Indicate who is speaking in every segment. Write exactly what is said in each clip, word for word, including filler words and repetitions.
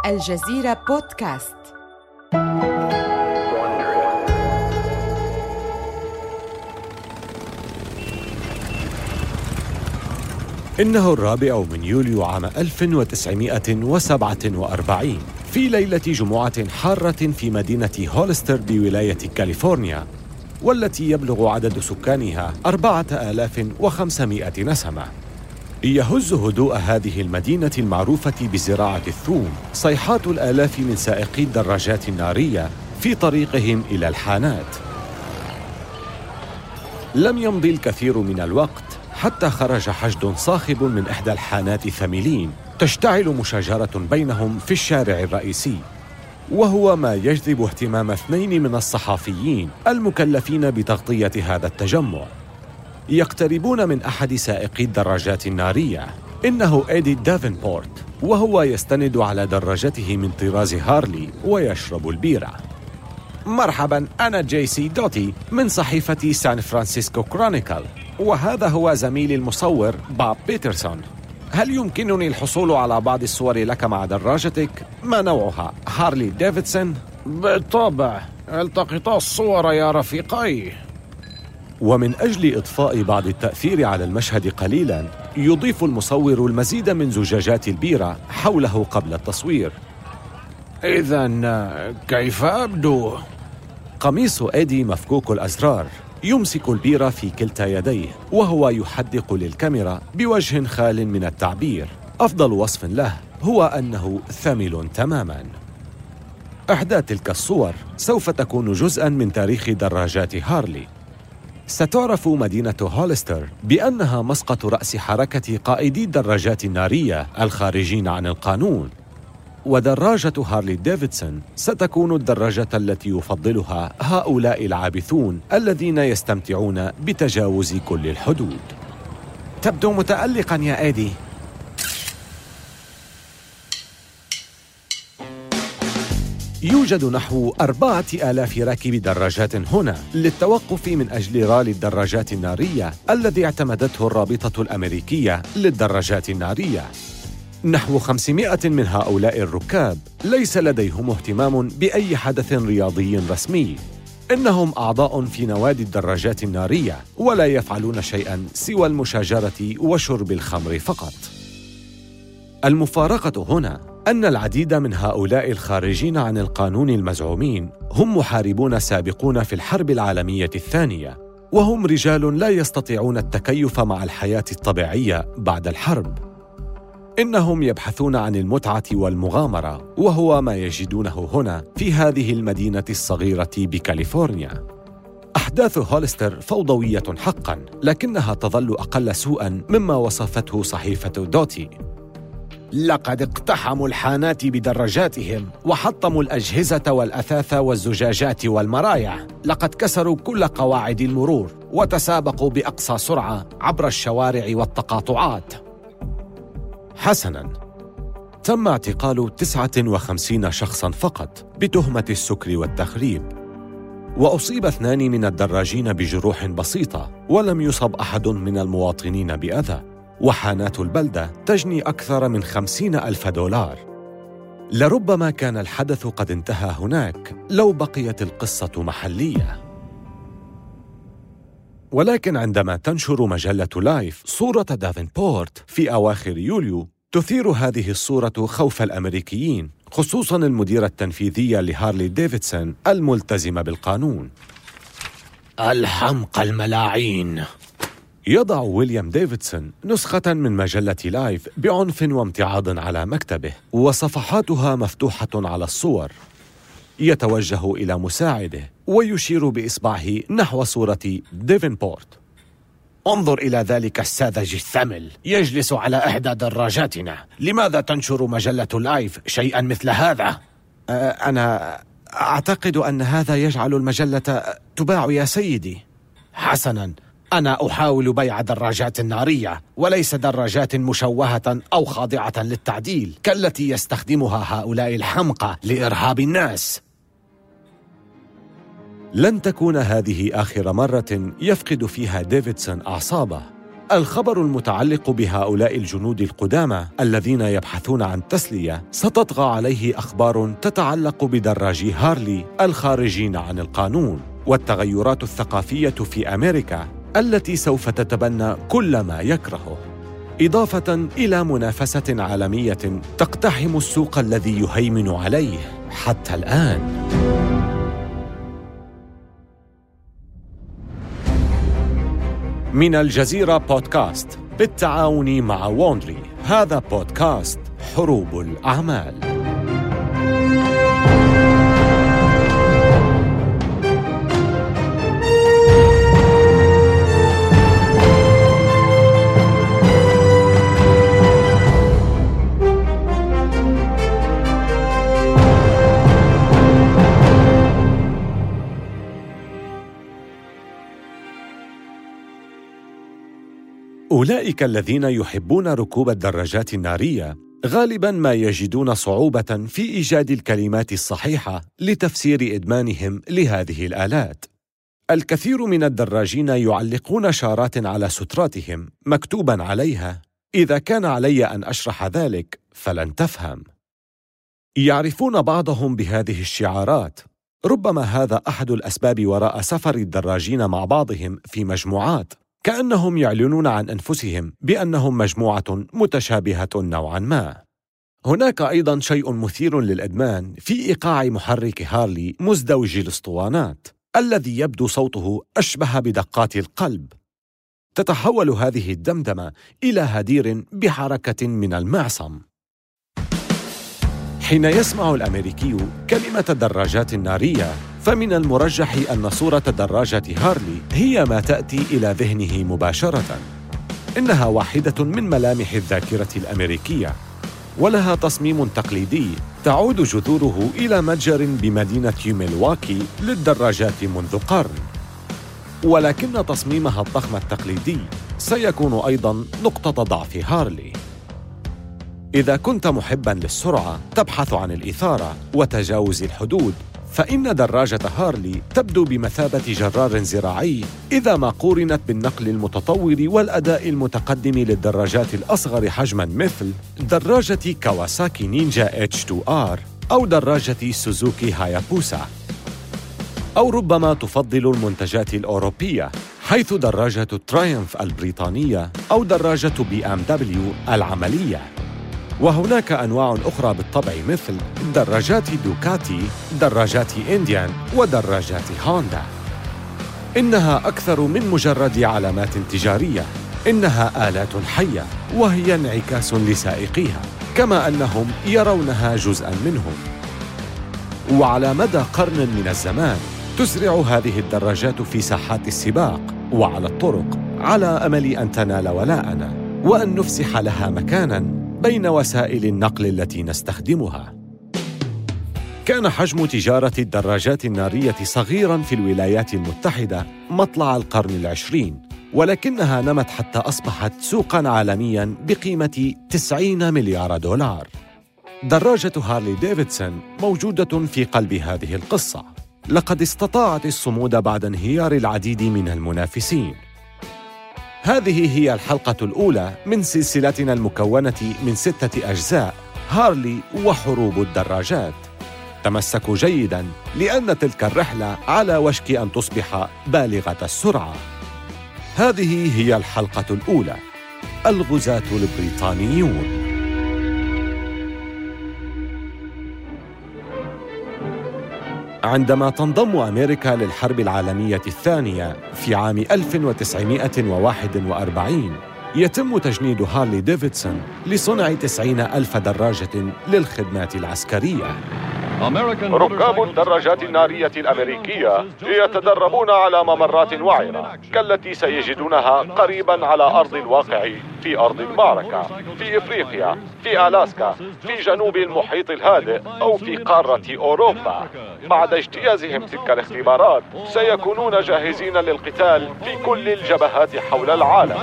Speaker 1: الجزيرة بودكاست.
Speaker 2: إنه الرابع من يوليو عام ألف وتسعمائة وسبعة وأربعين في ليلة جمعة حارة في مدينة هولستر بولاية كاليفورنيا، والتي يبلغ عدد سكانها أربعة آلاف وخمسمائة نسمة. يهز هدوء هذه المدينة المعروفة بزراعة الثوم صيحات الآلاف من سائقي الدراجات النارية في طريقهم إلى الحانات. لم يمضي الكثير من الوقت حتى خرج حشد صاخب من إحدى الحانات الثميلين تشتعل مشاجرة بينهم في الشارع الرئيسي، وهو ما يجذب اهتمام اثنين من الصحفيين المكلفين بتغطية هذا التجمع. يقتربون من أحد سائقي الدراجات النارية، إنه إيدي دافنبورت، وهو يستند على دراجته من طراز هارلي ويشرب البيرة. مرحباً، أنا جيسي دوتي من صحيفة سان فرانسيسكو كرونيكل، وهذا هو زميلي المصور باب بيترسون. هل يمكنني الحصول على بعض الصور لك مع دراجتك؟ ما نوعها؟ هارلي ديفيدسون؟
Speaker 3: بالطبع، التقطا الصور يا رفيقي.
Speaker 2: ومن أجل إضفاء بعض التأثير على المشهد قليلاً، يضيف المصور المزيد من زجاجات البيرة حوله قبل التصوير.
Speaker 3: إذن كيف أبدو؟
Speaker 2: قميص إيدي مفكوك الأزرار، يمسك البيرة في كلتا يديه، وهو يحدق للكاميرا بوجه خال من التعبير. أفضل وصف له هو أنه ثمل تماماً. إحدى تلك الصور سوف تكون جزءاً من تاريخ دراجات هارلي. ستعرف مدينة هولستر بأنها مسقط رأس حركة قائدي الدراجات النارية الخارجين عن القانون، ودراجة هارلي ديفيدسون ستكون الدراجة التي يفضلها هؤلاء العابثون الذين يستمتعون بتجاوز كل الحدود.
Speaker 4: تبدو متألقاً يا إيدي.
Speaker 2: يوجد نحو أربعة آلاف راكب دراجات هنا للتوقف من أجل رالي الدراجات النارية الذي اعتمدته الرابطة الأمريكية للدراجات النارية. نحو خمسمائة من هؤلاء الركاب ليس لديهم اهتمام بأي حدث رياضي رسمي. إنهم أعضاء في نوادي الدراجات النارية ولا يفعلون شيئاً سوى المشاجرة وشرب الخمر فقط. المفارقة هنا أن العديد من هؤلاء الخارجين عن القانون المزعومين هم محاربون سابقون في الحرب العالمية الثانية، وهم رجال لا يستطيعون التكيف مع الحياة الطبيعية بعد الحرب. إنهم يبحثون عن المتعة والمغامرة، وهو ما يجدونه هنا في هذه المدينة الصغيرة بكاليفورنيا. أحداث هولستر فوضوية حقاً، لكنها تظل أقل سوءاً مما وصفته صحيفة دوتي.
Speaker 4: لقد اقتحموا الحانات بدراجاتهم وحطموا الأجهزة والأثاث والزجاجات والمرايا. لقد كسروا كل قواعد المرور وتسابقوا بأقصى سرعة عبر الشوارع والتقاطعات.
Speaker 2: حسناً، تم اعتقال تسعة وخمسين شخصاً فقط بتهمة السكر والتخريب، وأصيب اثنان من الدراجين بجروح بسيطة، ولم يصب أحد من المواطنين بأذى. وحانات البلدة تجني أكثر من خمسين ألف دولار. لربما كان الحدث قد انتهى هناك لو بقيت القصة محلية. ولكن عندما تنشر مجلة لايف صورة دافنبورت في أواخر يوليو، تثير هذه الصورة خوف الأمريكيين، خصوصاً المدير التنفيذي لهارلي ديفيدسون الملتزم بالقانون.
Speaker 3: الحمقى الملاعين.
Speaker 2: يضع ويليام ديفيدسون نسخة من مجلة لايف بعنف وامتعاض على مكتبه، وصفحاتها مفتوحة على الصور. يتوجه إلى مساعده ويشير بإصبعه نحو صورة ديفنبورت.
Speaker 4: انظر إلى ذلك الساذج الثمل يجلس على إحدى دراجاتنا. لماذا تنشر مجلة لايف شيئا مثل هذا؟
Speaker 2: أنا أعتقد أن هذا يجعل المجلة تباع يا سيدي.
Speaker 4: حسناً، أنا أحاول بيع دراجات نارية وليس دراجات مشوهة أو خاضعة للتعديل كالتي يستخدمها هؤلاء الحمقى لإرهاب الناس.
Speaker 2: لن تكون هذه آخر مرة يفقد فيها ديفيدسون أعصابه. الخبر المتعلق بهؤلاء الجنود القدامى الذين يبحثون عن تسلية ستطغى عليه أخبار تتعلق بدراجي هارلي الخارجين عن القانون والتغيرات الثقافية في أمريكا التي سوف تتبنى كل ما يكرهه، إضافة إلى منافسة عالمية تقتحم السوق الذي يهيمن عليه حتى الآن. من الجزيرة بودكاست بالتعاون مع ووندري، هذا بودكاست حروب الأعمال. أولئك الذين يحبون ركوب الدراجات النارية غالباً ما يجدون صعوبة في إيجاد الكلمات الصحيحة لتفسير إدمانهم لهذه الآلات. الكثير من الدراجين يعلقون شارات على ستراتهم مكتوباً عليها: إذا كان علي أن أشرح ذلك فلن تفهم. يعرفون بعضهم بهذه الشعارات. ربما هذا أحد الأسباب وراء سفر الدراجين مع بعضهم في مجموعات، كأنهم يعلنون عن أنفسهم بأنهم مجموعة متشابهة نوعاً ما. هناك أيضاً شيء مثير للإدمان في إيقاع محرك هارلي مزدوج الأسطوانات الذي يبدو صوته أشبه بدقات القلب. تتحول هذه الدمدمة إلى هدير بحركة من المعصم. حين يسمع الأمريكي كلمة الدراجات النارية، فمن المرجح أن صورة دراجة هارلي هي ما تأتي إلى ذهنه مباشرة. إنها واحدة من ملامح الذاكرة الأمريكية، ولها تصميم تقليدي تعود جذوره إلى متجر بمدينة ميلواكي للدراجات منذ قرن. ولكن تصميمها الضخم التقليدي سيكون أيضاً نقطة ضعف هارلي. إذا كنت محباً للسرعة تبحث عن الإثارة وتجاوز الحدود، فإن دراجة هارلي تبدو بمثابة جرار زراعي إذا ما قورنت بالنقل المتطور والأداء المتقدم للدراجات الأصغر حجماً مثل دراجة كواساكي نينجا إتش تو آر أو دراجة سوزوكي هايابوسا. أو ربما تفضل المنتجات الأوروبية، حيث دراجة ترايمف البريطانية أو دراجة بي إم دبليو العملية. وهناك أنواع أخرى بالطبع مثل دراجات دوكاتي، دراجات إنديان، ودراجات هوندا. إنها أكثر من مجرد علامات تجارية، إنها آلات حية وهي انعكاس لسائقيها، كما أنهم يرونها جزءاً منهم. وعلى مدى قرن من الزمان تسرع هذه الدراجات في ساحات السباق وعلى الطرق على أمل أن تنال ولاءنا وأن نفسح لها مكاناً بين وسائل النقل التي نستخدمها. كان حجم تجارة الدراجات النارية صغيراً في الولايات المتحدة مطلع القرن العشرين، ولكنها نمت حتى أصبحت سوقاً عالمياً بقيمة تسعين مليار دولار. دراجة هارلي ديفيدسون موجودة في قلب هذه القصة. لقد استطاعت الصمود بعد انهيار العديد من المنافسين. هذه هي الحلقة الأولى من سلسلتنا المكونة من ستة أجزاء، هارلي وحروب الدراجات. تمسكوا جيداً لأن تلك الرحلة على وشك أن تصبح بالغة السرعة. هذه هي الحلقة الأولى، الغزاة البريطانيون. عندما تنضم أمريكا للحرب العالمية الثانية في عام ألف وتسعمائة وواحد وأربعين، يتم تجنيد هارلي ديفيدسون لصنع تسعين ألف دراجة للخدمات العسكرية.
Speaker 5: ركاب الدراجات النارية الأمريكية يتدربون على ممرات وعرة كالتي سيجدونها قريباً على أرض الواقع في أرض المعركة، في إفريقيا، في ألاسكا، في جنوب المحيط الهادئ أو في قارة أوروبا. بعد اجتيازهم تلك الاختبارات سيكونون جاهزين للقتال في كل الجبهات حول العالم.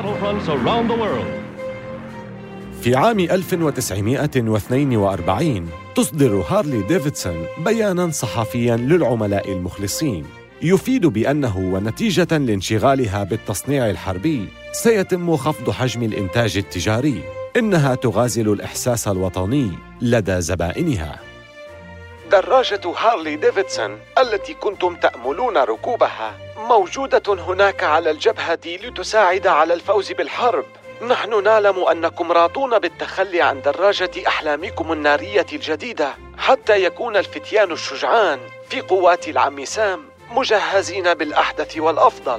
Speaker 2: في عام ألف وتسعمائة واثنين وأربعين تصدر هارلي ديفيدسون بياناً صحفياً للعملاء المخلصين يفيد بأنه ونتيجة لانشغالها بالتصنيع الحربي سيتم خفض حجم الإنتاج التجاري. إنها تغازل الإحساس الوطني لدى زبائنها. دراجة هارلي ديفيدسون التي كنتم تأملون ركوبها موجودة هناك على الجبهة لتساعد على الفوز بالحرب. نحن نعلم أنكم راضون بالتخلي عن دراجة أحلامكم النارية الجديدة حتى يكون الفتيان الشجعان في قوات العم سام مجهزين بالأحدث والأفضل.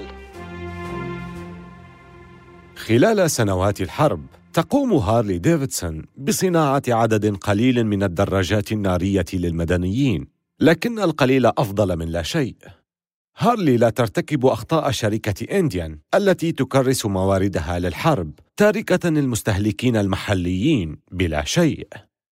Speaker 2: خلال سنوات الحرب تقوم هارلي ديفيدسون بصناعة عدد قليل من الدراجات النارية للمدنيين، لكن القليل أفضل من لا شيء. هارلي لا ترتكب أخطاء شركة إنديان التي تكرس مواردها للحرب، تاركة المستهلكين المحليين بلا شيء.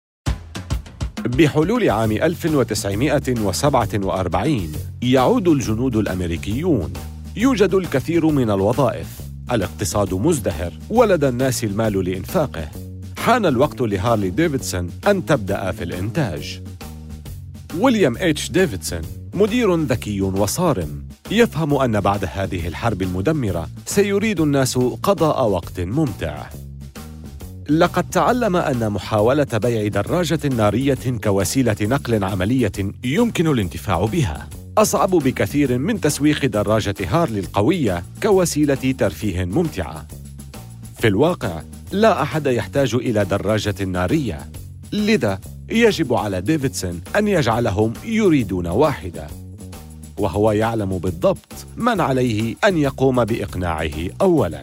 Speaker 2: بحلول عام ألف وتسعمائة وسبعة وأربعين يعود الجنود الأمريكيون. يوجد الكثير من الوظائف، الاقتصاد مزدهر ولدى الناس المال لإنفاقه. حان الوقت لهارلي ديفيدسون أن تبدأ في الإنتاج. ويليام إتش ديفيدسون مدير ذكي وصارم، يفهم أن بعد هذه الحرب المدمرة سيريد الناس قضاء وقت ممتع. لقد تعلم أن محاولة بيع دراجة نارية كوسيلة نقل عملية يمكن الانتفاع بها أصعب بكثير من تسويق دراجة هارلي القوية كوسيلة ترفيه ممتعة. في الواقع لا أحد يحتاج إلى دراجة نارية، لذا يجب على ديفيدسون أن يجعلهم يريدون واحدة، وهو يعلم بالضبط من عليه أن يقوم بإقناعه أولاً.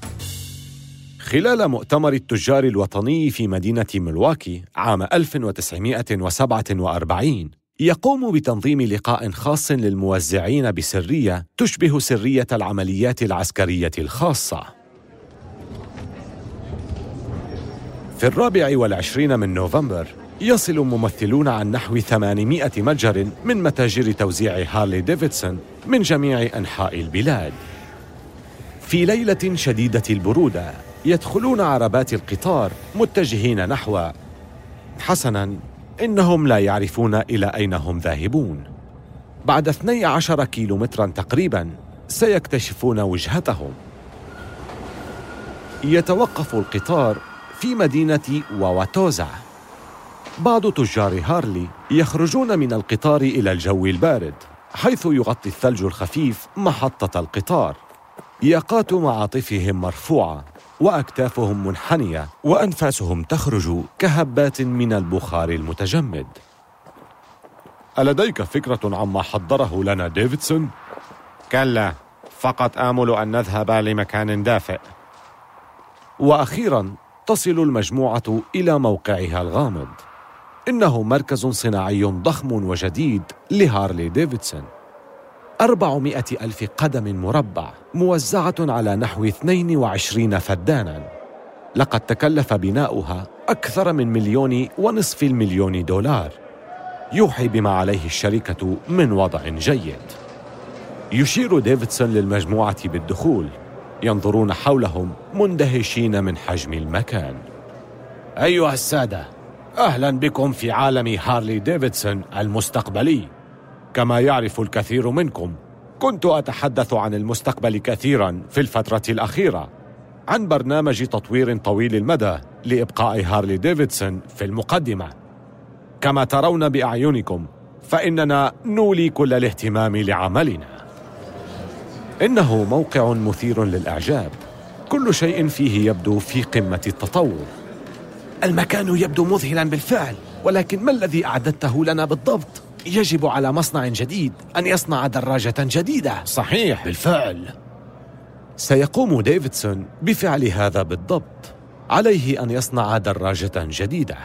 Speaker 2: خلال مؤتمر التجار الوطني في مدينة ميلواكي عام ألف وتسعمائة وسبعة وأربعين يقوم بتنظيم لقاء خاص للموزعين بسرية تشبه سرية العمليات العسكرية الخاصة. في الرابع والعشرين من نوفمبر يصل ممثلون عن نحو ثمانمائة متجر من متاجر توزيع هارلي ديفيدسون من جميع أنحاء البلاد. في ليلة شديدة البرودة يدخلون عربات القطار متجهين نحو حسناً إنهم لا يعرفون إلى أين هم ذاهبون. بعد اثني عشر كيلومتراً تقريباً سيكتشفون وجهتهم. يتوقف القطار في مدينة واواتوزا. بعض تجار هارلي يخرجون من القطار إلى الجو البارد حيث يغطي الثلج الخفيف محطة القطار. ياقات معاطفهم مرفوعة وأكتافهم منحنية وأنفاسهم تخرج كهبات من البخار المتجمد. ألديك فكرة عما حضره لنا ديفيدسون؟
Speaker 3: كلا، فقط آمل أن نذهب لمكان دافئ.
Speaker 2: وأخيراً تصل المجموعة إلى موقعها الغامض. إنه مركز صناعي ضخم وجديد لهارلي ديفيدسون. أربعمائة ألف قدم مربع موزعة على نحو اثنين وعشرين فداناً. لقد تكلف بناؤها أكثر من مليون ونصف المليون دولار، يوحي بما عليه الشركة من وضع جيد. يشير ديفيدسون للمجموعة بالدخول. ينظرون حولهم مندهشين من حجم المكان.
Speaker 4: أيها السادة، أهلاً بكم في عالم هارلي ديفيدسون المستقبلي.
Speaker 2: كما يعرف الكثير منكم، كنت أتحدث عن المستقبل كثيراً في الفترة الأخيرة، عن برنامج تطوير طويل المدى لإبقاء هارلي ديفيدسون في المقدمة. كما ترون بأعينكم فإننا نولي كل الاهتمام لعملنا. إنه موقع مثير للإعجاب، كل شيء فيه يبدو في قمة التطور.
Speaker 4: المكان يبدو مذهلاً بالفعل، ولكن ما الذي أعددته لنا بالضبط؟ يجب على مصنع جديد أن يصنع دراجة جديدة.
Speaker 3: صحيح
Speaker 4: بالفعل.
Speaker 2: سيقوم ديفيدسون بفعل هذا بالضبط. عليه أن يصنع دراجة جديدة.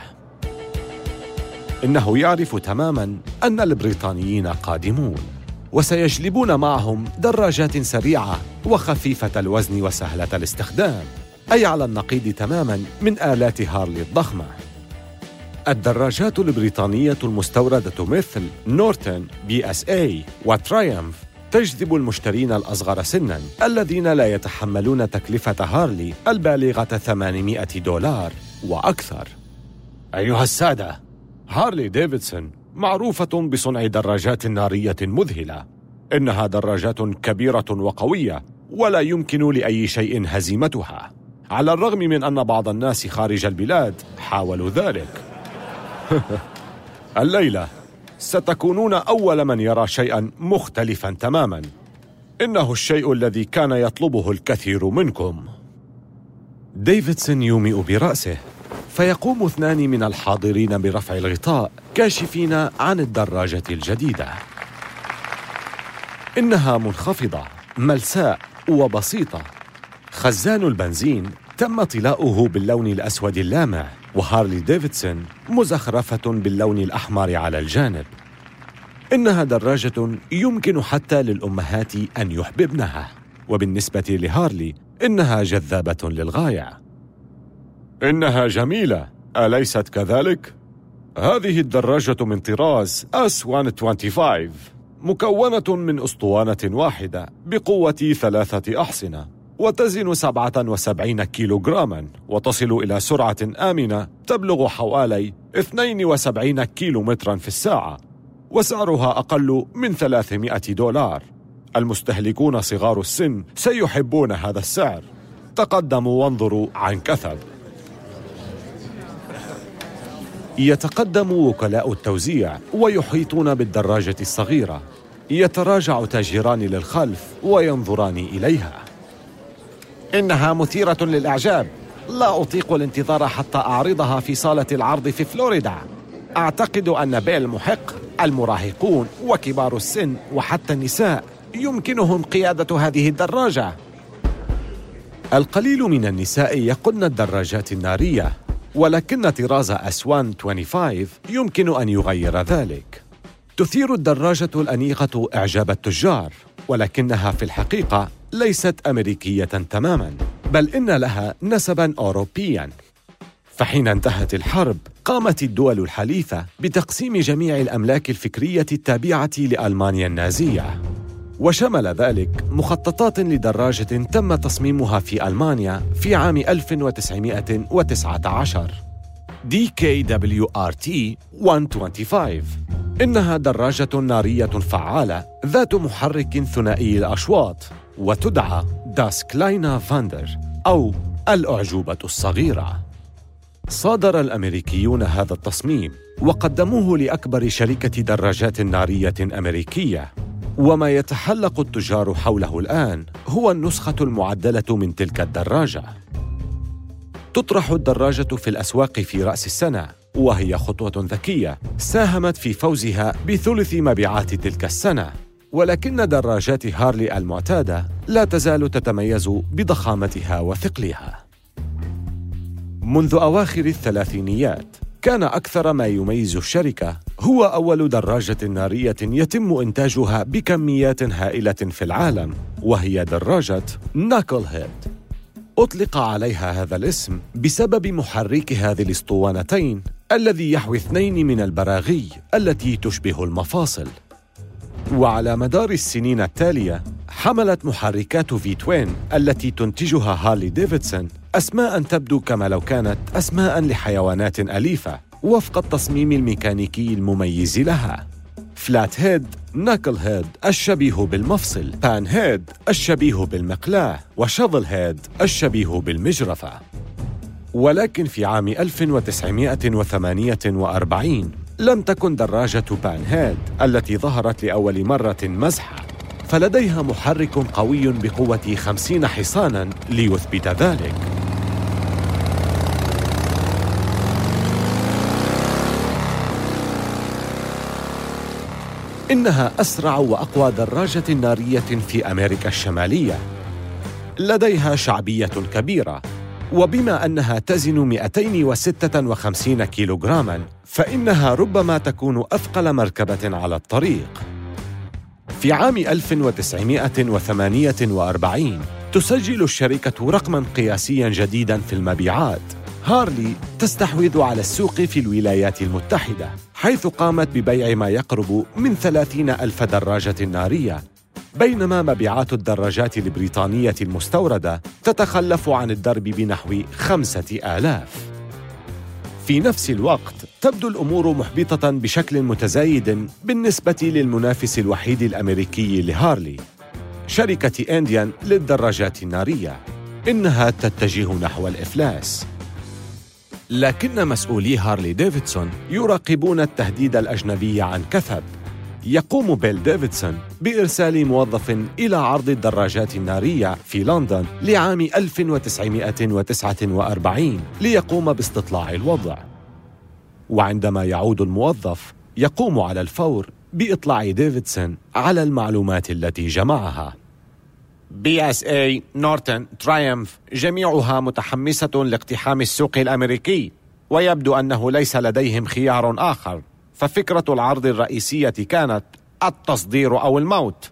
Speaker 2: إنه يعرف تماماً أن البريطانيين قادمون، وسيجلبون معهم دراجات سريعة وخفيفة الوزن وسهلة الاستخدام، أي على النقيض تماماً من آلات هارلي الضخمة. الدراجات البريطانية المستوردة مثل نورتون بي اس اي وترايمف تجذب المشترين الأصغر سناً الذين لا يتحملون تكلفة هارلي البالغة ثمانمائة دولار وأكثر.
Speaker 4: أيها السادة،
Speaker 2: هارلي ديفيدسون معروفة بصنع دراجات نارية مذهلة. إنها دراجات كبيرة وقوية ولا يمكن لأي شيء هزيمتها، على الرغم من أن بعض الناس خارج البلاد حاولوا ذلك. الليلة ستكونون أول من يرى شيئا مختلفا تماما. إنه الشيء الذي كان يطلبه الكثير منكم. ديفيدسون يومئ برأسه، فيقوم اثنان من الحاضرين برفع الغطاء كاشفين عن الدراجة الجديدة. إنها منخفضة، ملساء وبسيطة. خزان البنزين تم طلاؤه باللون الأسود اللامع، وهارلي ديفيدسون مزخرفة باللون الأحمر على الجانب. إنها دراجة يمكن حتى للأمهات أن يحببنها، وبالنسبة لهارلي إنها جذابة للغاية. إنها جميلة، أليست كذلك؟ هذه الدراجة من طراز إس مئة وخمسة وعشرين، مكونة من أسطوانة واحدة بقوة ثلاثة أحصنة، وتزن سبعة وسبعين كيلوغراما، وتصل إلى سرعة آمنة تبلغ حوالي اثنين وسبعين كيلومترا في الساعة، وسعرها أقل من ثلاثمائة دولار. المستهلكون صغار السن سيحبون هذا السعر. تقدموا وانظروا عن كثب. يتقدم وكلاء التوزيع ويحيطون بالدراجة الصغيرة. يتراجع تاجران للخلف وينظران إليها.
Speaker 4: إنها مثيرة للإعجاب. لا أطيق الانتظار حتى أعرضها في صالة العرض في فلوريدا. أعتقد أن بيع المحق، المراهقون وكبار السن وحتى النساء يمكنهم قيادة هذه الدراجة.
Speaker 2: القليل من النساء يقودن الدراجات النارية، ولكن طراز إس مئة وخمسة وعشرين يمكن أن يغير ذلك. تثير الدراجة الأنيقة إعجاب التجار، ولكنها في الحقيقة ليست أمريكية تماماً، بل إن لها نسباً أوروبياً. فحين انتهت الحرب، قامت الدول الحليفة بتقسيم جميع الأملاك الفكرية التابعة لألمانيا النازية، وشمل ذلك مخططات لدراجة تم تصميمها في ألمانيا في عام ألف وتسعمائة وتسعة عشر، دي كي دبليو آر تي مئة وخمسة وعشرين. إنها دراجة نارية فعالة ذات محرك ثنائي الأشواط، وتدعى داس كلاينا فاندر أو الأعجوبة الصغيرة. صادر الأمريكيون هذا التصميم وقدموه لأكبر شركة دراجات نارية أمريكية، وما يتحلق التجار حوله الآن هو النسخة المعدلة من تلك الدراجة. تطرح الدراجة في الأسواق في رأس السنة، وهي خطوة ذكية ساهمت في فوزها بثلث مبيعات تلك السنة. ولكن دراجات هارلي المعتادة لا تزال تتميز بضخامتها وثقلها. منذ أواخر الثلاثينيات كان أكثر ما يميز الشركة هو أول دراجة نارية يتم إنتاجها بكميات هائلة في العالم، وهي دراجة ناكل هيد. أطلق عليها هذا الاسم بسبب محرك هذه الأسطوانتين الذي يحوي اثنين من البراغي التي تشبه المفاصل. وعلى مدار السنين التالية حملت محركات في توين التي تنتجها هارلي ديفيدسون أسماء تبدو كما لو كانت أسماء لحيوانات أليفة وفق التصميم الميكانيكي المميز لها. فلات هيد، ناكل هيد الشبيه بالمفصل، بان هيد الشبيه بالمقلاة، وشافل هيد الشبيه بالمجرفة. ولكن في عام ألف وتسعمائة وثمانية وأربعين لم تكن دراجة بان هيد التي ظهرت لأول مرة مزحة، فلديها محرك قوي بقوة خمسين حصاناً ليثبت ذلك. إنها أسرع وأقوى دراجة نارية في أمريكا الشمالية. لديها شعبية كبيرة، وبما أنها تزن مئتين وستة وخمسين كيلوغراما فإنها ربما تكون أثقل مركبة على الطريق. في عام ألف وتسعمائة وثمانية وأربعين تسجل الشركة رقماً قياسياً جديداً في المبيعات. هارلي تستحوذ على السوق في الولايات المتحدة، حيث قامت ببيع ما يقرب من ثلاثين ألف دراجة نارية، بينما مبيعات الدراجات البريطانية المستوردة تتخلف عن الدرب بنحو خمسة آلاف. في نفس الوقت تبدو الأمور محبطة بشكل متزايد بالنسبة للمنافس الوحيد الأمريكي لهارلي، شركة إنديان للدراجات النارية. إنها تتجه نحو الإفلاس. لكن مسؤولي هارلي ديفيدسون يراقبون التهديد الأجنبي عن كثب. يقوم بيل ديفيدسون بإرسال موظف إلى عرض الدراجات النارية في لندن لعام ألف وتسعمائة وتسعة وأربعين ليقوم باستطلاع الوضع. وعندما يعود الموظف يقوم على الفور بإطلاع ديفيدسون على المعلومات التي جمعها.
Speaker 3: بي إس إيه، نورتن، ترايمف جميعها متحمسة لاقتحام السوق الأمريكي، ويبدو أنه ليس لديهم خيار آخر، ففكرة العرض الرئيسية كانت التصدير أو الموت.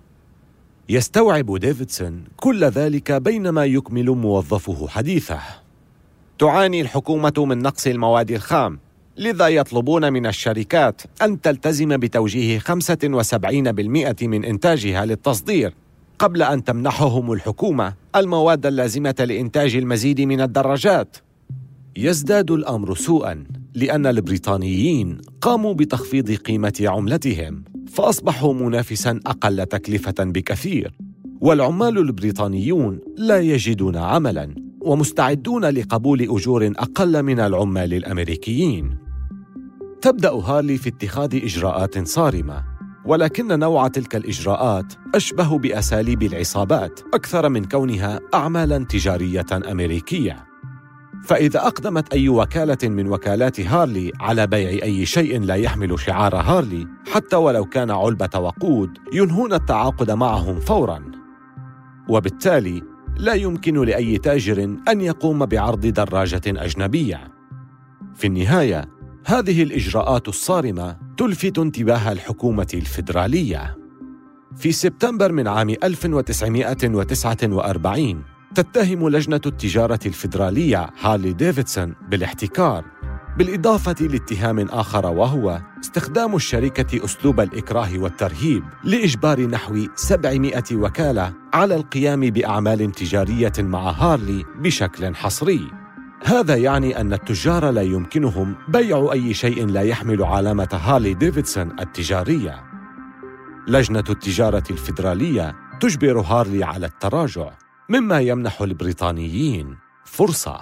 Speaker 2: يستوعب ديفيدسون كل ذلك بينما يكمل موظفه حديثه.
Speaker 3: تعاني الحكومة من نقص المواد الخام، لذا يطلبون من الشركات أن تلتزم بتوجيه خمسة وسبعين بالمئة من إنتاجها للتصدير قبل أن تمنحهم الحكومة المواد اللازمة لإنتاج المزيد من الدراجات.
Speaker 2: يزداد الأمر سوءاً لأن البريطانيين قاموا بتخفيض قيمة عملتهم، فأصبحوا منافساً أقل تكلفة بكثير، والعمال البريطانيون لا يجدون عملاً ومستعدون لقبول أجور أقل من العمال الأمريكيين. تبدأ هارلي في اتخاذ إجراءات صارمة، ولكن نوع تلك الإجراءات أشبه بأساليب العصابات أكثر من كونها أعمالاً تجارية أمريكية. فإذا أقدمت أي وكالة من وكالات هارلي على بيع أي شيء لا يحمل شعار هارلي حتى ولو كان علبة وقود، ينهون التعاقد معهم فوراً، وبالتالي لا يمكن لأي تاجر أن يقوم بعرض دراجة أجنبية. في النهاية، هذه الإجراءات الصارمة تلفت انتباه الحكومة الفيدرالية. في سبتمبر من عام ألف وتسعمائة وتسعة وأربعين تتهم لجنة التجارة الفيدرالية هارلي ديفيدسون بالاحتكار، بالإضافة لاتهام آخر وهو استخدام الشركة أسلوب الإكراه والترهيب لإجبار نحو سبعمائة وكالة على القيام بأعمال تجارية مع هارلي بشكل حصري. هذا يعني أن التجار لا يمكنهم بيع أي شيء لا يحمل علامة هارلي ديفيدسون التجارية. لجنة التجارة الفيدرالية تجبر هارلي على التراجع، مما يمنح البريطانيين فرصة.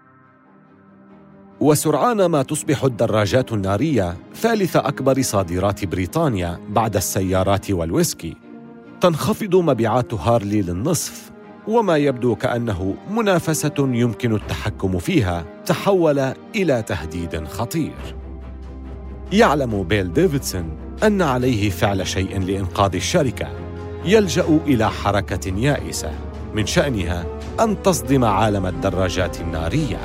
Speaker 2: وسرعان ما تصبح الدراجات النارية ثالث أكبر صادرات بريطانيا بعد السيارات والويسكي. تنخفض مبيعات هارلي للنصف، وما يبدو كأنه منافسة يمكن التحكم فيها تحول إلى تهديد خطير. يعلم بيل ديفيدسون أن عليه فعل شيء لإنقاذ الشركة. يلجأ إلى حركة يائسة من شأنها أن تصدم عالم الدراجات النارية.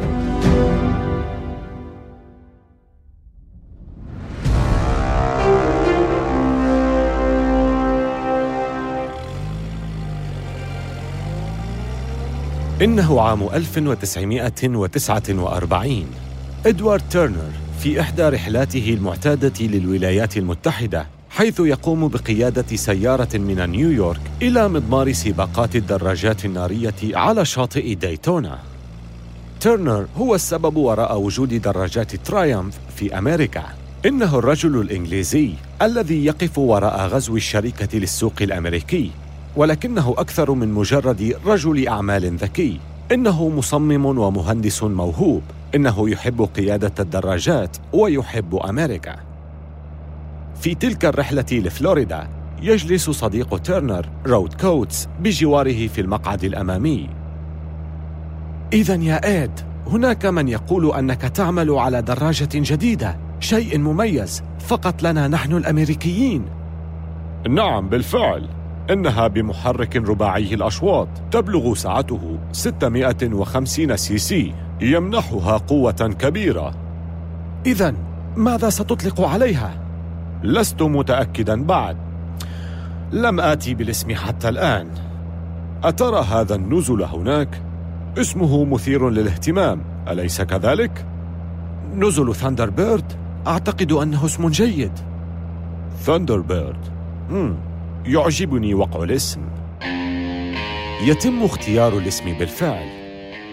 Speaker 2: إنه عام ألف وتسعمائة وتسعة وأربعين. إدوارد تيرنر في إحدى رحلاته المعتادة للولايات المتحدة، حيث يقوم بقيادة سيارة من نيويورك إلى مضمار سباقات الدراجات النارية على شاطئ دايتونا. تيرنر هو السبب وراء وجود دراجات ترايمف في أمريكا. إنه الرجل الإنجليزي الذي يقف وراء غزو الشركة للسوق الأمريكي، ولكنه أكثر من مجرد رجل أعمال ذكي. إنه مصمم ومهندس موهوب. إنه يحب قيادة الدراجات ويحب أمريكا. في تلك الرحلة لفلوريدا يجلس صديق تيرنر رود كوتس بجواره في المقعد الأمامي. إذن يا إيد، هناك من يقول أنك تعمل على دراجة جديدة، شيء مميز فقط لنا نحن الأمريكيين.
Speaker 5: نعم بالفعل، إنها بمحرك رباعي الأشواط تبلغ سعته ستمائة وخمسين سي سي، يمنحها قوة كبيرة.
Speaker 2: إذن ماذا ستطلق عليها؟
Speaker 5: لست متأكداً بعد.
Speaker 2: لم آتي بالاسم حتى الآن.
Speaker 5: أترى هذا النزل هناك؟ اسمه مثير للاهتمام، أليس كذلك؟
Speaker 2: نزل ثاندربيرد؟ أعتقد أنه اسم جيد.
Speaker 5: ثاندربيرد، مم. يعجبني وقع الاسم.
Speaker 2: يتم اختيار الاسم بالفعل.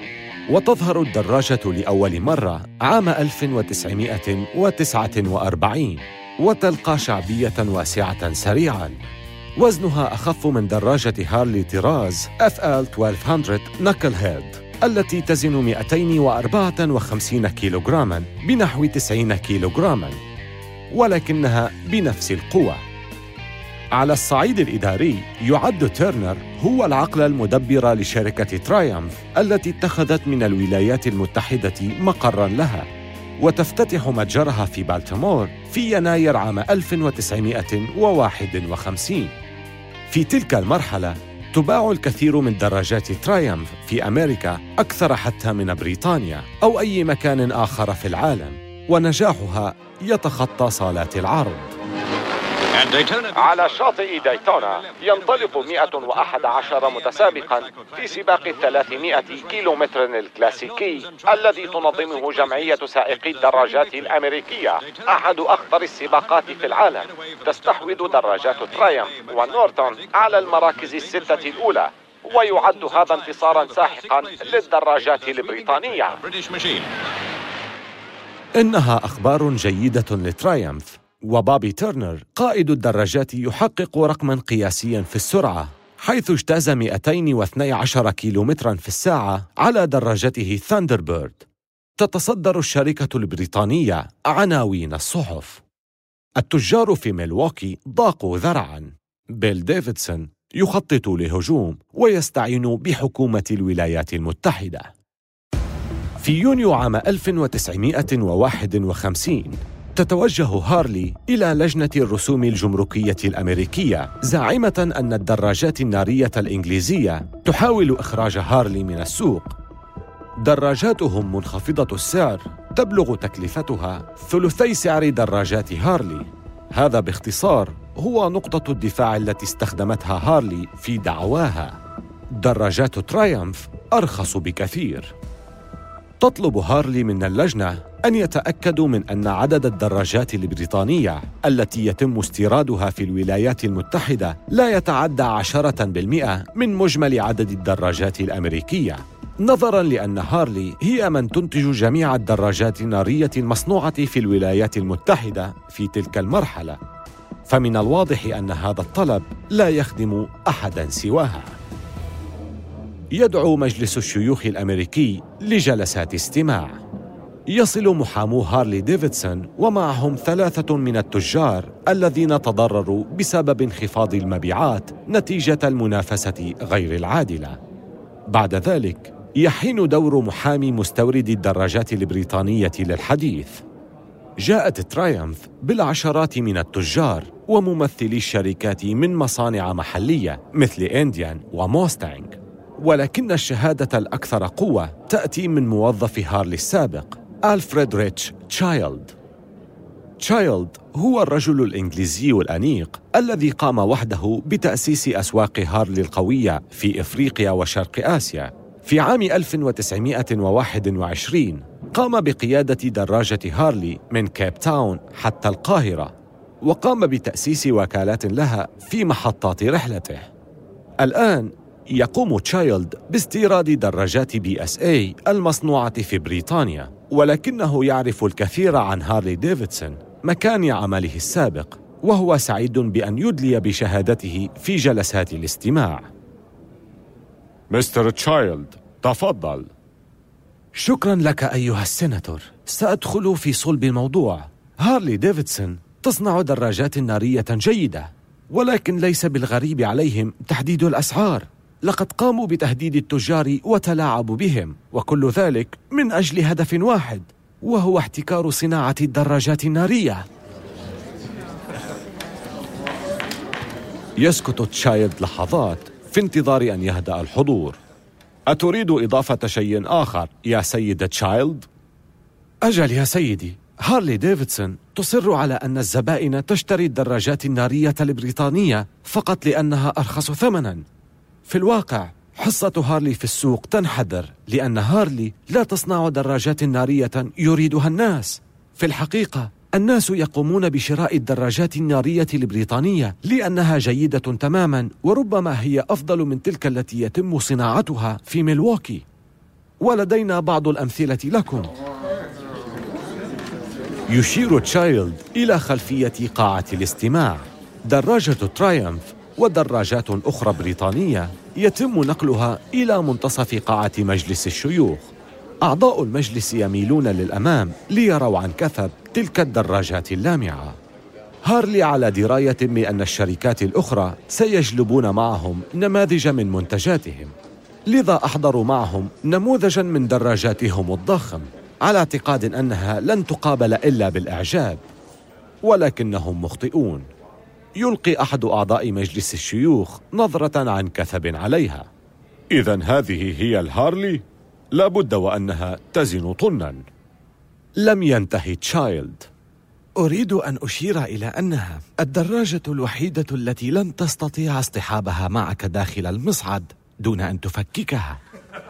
Speaker 2: وتظهر الدراجة لأول مرة عام ألف وتسعمائة وتسعة وأربعين وتلقى شعبية واسعة سريعاً. وزنها أخف من دراجة هارلي طراز إف إل اثناشر مئة ناكل هيد التي تزن مئتين وأربعة وخمسين كيلوغراما بنحو تسعين كيلوغراما، ولكنها بنفس القوة. على الصعيد الإداري يعد تيرنر هو العقل المدبر لشركة ترايمف التي اتخذت من الولايات المتحدة مقراً لها، وتفتتح متجرها في بالتيمور في يناير عام ألف وتسعمائة وواحد وخمسين. في تلك المرحلة تباع الكثير من دراجات ترايمف في أمريكا أكثر حتى من بريطانيا أو أي مكان آخر في العالم، ونجاحها يتخطى صالات العرض.
Speaker 5: على شاطئ دايتونا ينطلق مئة وأحد عشر متسابقاً في سباق الثلاثمائة كيلومتر الكلاسيكي الذي تنظمه جمعية سائقي الدراجات الأمريكية، أحد أخطر السباقات في العالم. تستحوذ دراجات ترايمف ونورتون على المراكز الستة الأولى، ويعد هذا انتصاراً ساحقاً للدراجات البريطانية.
Speaker 2: إنها أخبار جيدة لترايمف، وبابي تيرنر قائد الدراجات يحقق رقماً قياسياً في السرعة، حيث اجتاز مئتين واثني عشر كيلومتراً في الساعة على دراجته ثاندربيرد. تتصدر الشركة البريطانية عناوين الصحف. التجار في ميلواكي ضاقوا ذرعاً. بيل ديفيدسون يخطط لهجوم ويستعين بحكومة الولايات المتحدة. في يونيو عام ألف وتسعمائة وواحد وخمسين تتوجه هارلي إلى لجنة الرسوم الجمركية الأمريكية زاعمة أن الدراجات النارية الإنجليزية تحاول إخراج هارلي من السوق. دراجاتهم منخفضة السعر تبلغ تكلفتها ثلثي سعر دراجات هارلي. هذا باختصار هو نقطة الدفاع التي استخدمتها هارلي في دعواها. دراجات ترايمف أرخص بكثير. تطلب هارلي من اللجنة أن يتأكدوا من أن عدد الدراجات البريطانية التي يتم استيرادها في الولايات المتحدة لا يتعدى عشرة بالمئة من مجمل عدد الدراجات الأمريكية، نظراً لأن هارلي هي من تنتج جميع الدراجات النارية المصنوعة في الولايات المتحدة في تلك المرحلة، فمن الواضح أن هذا الطلب لا يخدم أحداً سواها. يدعو مجلس الشيوخ الأمريكي لجلسات استماع. يصل محامو هارلي ديفيدسون ومعهم ثلاثة من التجار الذين تضرروا بسبب انخفاض المبيعات نتيجة المنافسة غير العادلة. بعد ذلك يحين دور محامي مستورد الدراجات البريطانية للحديث. جاءت ترايمف بالعشرات من التجار وممثلي الشركات من مصانع محلية مثل إنديان وموستانغ، ولكن الشهادة الأكثر قوة تأتي من موظف هارلي السابق ألفريد ريتش تشايلد. تشايلد هو الرجل الإنجليزي الأنيق الذي قام وحده بتأسيس أسواق هارلي القوية في إفريقيا وشرق آسيا. في عام ألف وتسعمائة وواحد وعشرين قام بقيادة دراجة هارلي من كيب تاون حتى القاهرة، وقام بتأسيس وكالات لها في محطات رحلته. الآن يقوم تشايلد باستيراد دراجات بي اس اي المصنوعة في بريطانيا، ولكنه يعرف الكثير عن هارلي ديفيدسون مكان عمله السابق، وهو سعيد بأن يدلي بشهادته في جلسات الاستماع.
Speaker 5: مستر تشايلد، تفضل.
Speaker 2: شكراً لك أيها السيناتور، سأدخل في صلب الموضوع. هارلي ديفيدسون تصنع دراجات نارية جيدة، ولكن ليس بالغريب عليهم تحديد الأسعار. لقد قاموا بتهديد التجار وتلاعبوا بهم، وكل ذلك من أجل هدف واحد، وهو احتكار صناعة الدراجات النارية. يسكت تشايلد لحظات في انتظار أن يهدأ الحضور.
Speaker 5: أتريد إضافة شيء آخر يا سيد تشايلد؟
Speaker 2: أجل يا سيدي، هارلي ديفيدسون تصر على أن الزبائن تشتري الدراجات النارية البريطانية فقط لأنها أرخص ثمناً. في الواقع حصة هارلي في السوق تنحدر، لأن هارلي لا تصنع دراجات نارية يريدها الناس. في الحقيقة الناس يقومون بشراء الدراجات النارية البريطانية لأنها جيدة تماماً، وربما هي أفضل من تلك التي يتم صناعتها في ميلواكي. ولدينا بعض الأمثلة لكم. يشير تشايلد إلى خلفية قاعة الاستماع. دراجة ترايمف ودراجات أخرى بريطانية يتم نقلها إلى منتصف قاعة مجلس الشيوخ. أعضاء المجلس يميلون للأمام ليروا عن كثب تلك الدراجات اللامعة. هارلي على دراية بأن الشركات الأخرى سيجلبون معهم نماذج من منتجاتهم، لذا أحضروا معهم نموذجاً من دراجاتهم الضخم على اعتقاد أنها لن تقابل إلا بالإعجاب، ولكنهم مخطئون. يلقي أحد أعضاء مجلس الشيوخ نظرة عن كثب عليها.
Speaker 5: إذن هذه هي الهارلي؟ لابد وأنها تزن طناً.
Speaker 2: لم ينتهي تشايلد.
Speaker 6: أريد أن أشير إلى أنها الدراجة الوحيدة التي لن تستطيع اصطحابها معك داخل المصعد دون أن تفككها.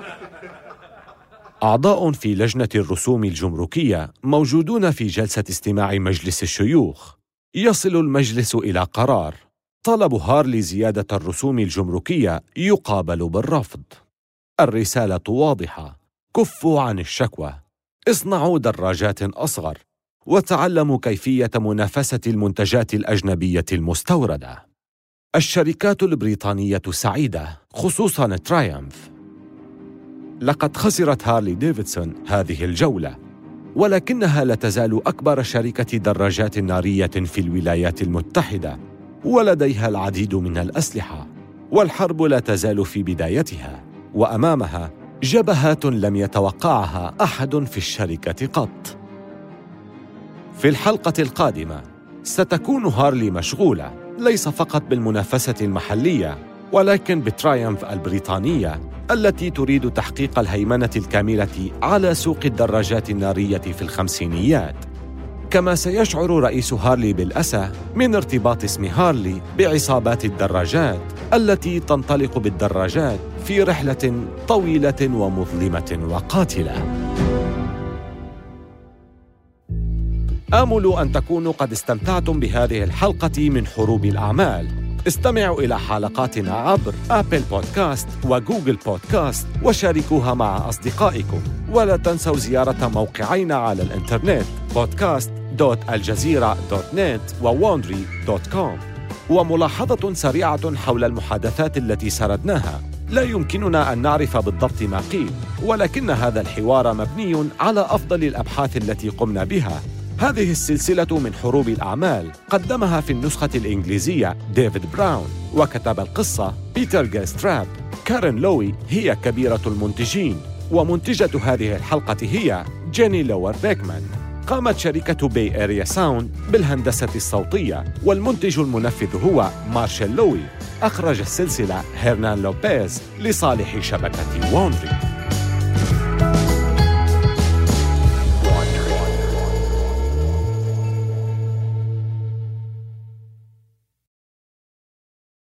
Speaker 2: أعضاء في لجنة الرسوم الجمركية موجودون في جلسة استماع مجلس الشيوخ. يصل المجلس إلى قرار. طلب هارلي زيادة الرسوم الجمركية يقابل بالرفض. الرسالة واضحة: كفوا عن الشكوى، اصنعوا دراجات أصغر، وتعلموا كيفية منافسة المنتجات الأجنبية المستوردة. الشركات البريطانية سعيدة، خصوصاً ترايمف. لقد خسرت هارلي ديفيدسون هذه الجولة، ولكنها لا تزال أكبر شركة دراجات نارية في الولايات المتحدة، ولديها العديد من الأسلحة، والحرب لا تزال في بدايتها، وأمامها جبهات لم يتوقعها أحد في الشركة قط. في الحلقة القادمة ستكون هارلي مشغولة ليس فقط بالمنافسة المحلية، ولكن بترايمف البريطانية التي تريد تحقيق الهيمنة الكاملة على سوق الدراجات النارية في الخمسينيات. كما سيشعر رئيس هارلي بالأسى من ارتباط اسم هارلي بعصابات الدراجات التي تنطلق بالدراجات في رحلة طويلة ومظلمة وقاتلة. آمل أن تكونوا قد استمتعتم بهذه الحلقة من حروب الأعمال. استمعوا إلى حلقاتنا عبر آبل بودكاست وجوجل بودكاست وشاركوها مع أصدقائكم، ولا تنسوا زيارة موقعينا على الإنترنت بودكاست دوت الجزيرة دوت نت ووندري دوت كوم. وملاحظة سريعة حول المحادثات التي سردناها: لا يمكننا أن نعرف بالضبط ما قيل، ولكن هذا الحوار مبني على أفضل الأبحاث التي قمنا بها. هذه السلسلة من حروب الأعمال قدمها في النسخة الإنجليزية ديفيد براون، وكتب القصة بيتر جيلستراب. كارين لوي هي كبيرة المنتجين، ومنتجة هذه الحلقة هي جيني لوور بيكمان. قامت شركة بي إيريا ساوند بالهندسة الصوتية، والمنتج المنفذ هو مارشيل لوي. أخرج السلسلة هيرنان لوبيز لصالح شبكة ووندري.